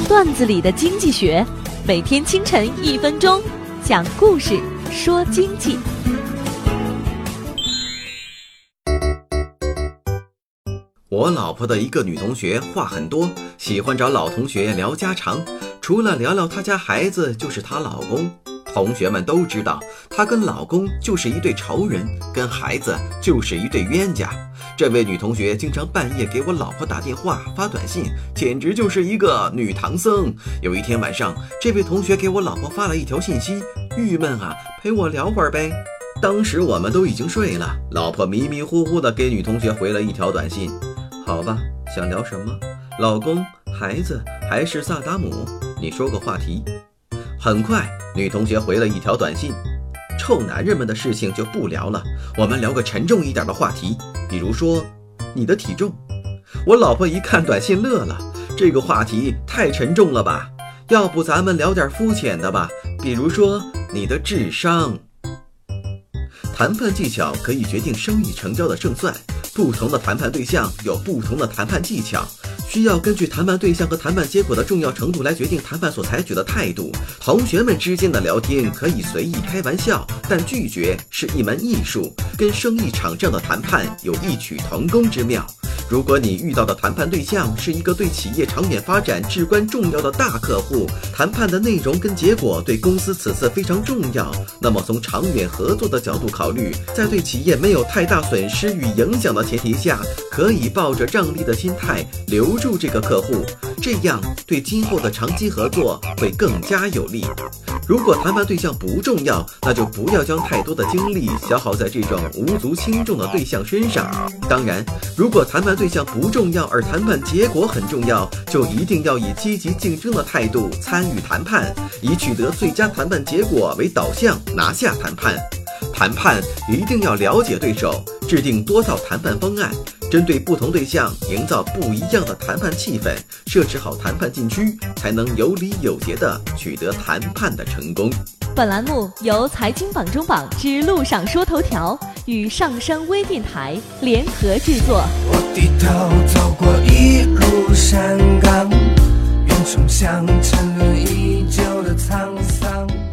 段子里的经济学，每天清晨1分钟，讲故事说经济。 我老婆的一个女同学话很多，喜欢找老同学聊家常，除了聊聊她家孩子，就是她老公。同学们都知道，她跟老公就是一对仇人，跟孩子就是一对冤家。这位女同学经常半夜给我老婆打电话发短信，简直就是一个女唐僧。有一天晚上，这位同学给我老婆发了一条信息，郁闷啊，陪我聊会儿呗。当时我们都已经睡了，老婆迷迷糊糊的给女同学回了一条短信，好吧，想聊什么？老公、孩子还是萨达姆？你说个话题。很快，女同学回了一条短信，臭男人们的事情就不聊了，我们聊个沉重一点的话题，比如说你的体重。我老婆一看短信乐了，这个话题太沉重了吧，要不咱们聊点肤浅的吧，比如说你的智商。谈判技巧可以决定生意成交的胜算，不同的谈判对象有不同的谈判技巧，需要根据谈判对象和谈判结果的重要程度来决定谈判所采取的态度。同学们之间的聊天可以随意开玩笑，但拒绝是一门艺术，跟生意场上的谈判有异曲同工之妙。如果你遇到的谈判对象是一个对企业长远发展至关重要的大客户，谈判的内容跟结果对公司此次非常重要，那么从长远合作的角度考虑，在对企业没有太大损失与影响的前提下，可以抱着让利的心态留住这个客户，这样对今后的长期合作会更加有利。如果谈判对象不重要，那就不要将太多的精力消耗在这种无足轻重的对象身上。当然，如果谈判对象不重要，而谈判结果很重要，就一定要以积极竞争的态度参与谈判，以取得最佳谈判结果为导向，拿下谈判。谈判一定要了解对手，制定多套谈判方案，针对不同对象营造不一样的谈判气氛，设置好谈判禁区，才能有理有节地取得谈判的成功。 本栏目由财经榜中榜之路上说头条与上升微电台联合制作。 我低头走过一路山岗，远冲向沉沦已久的沧桑。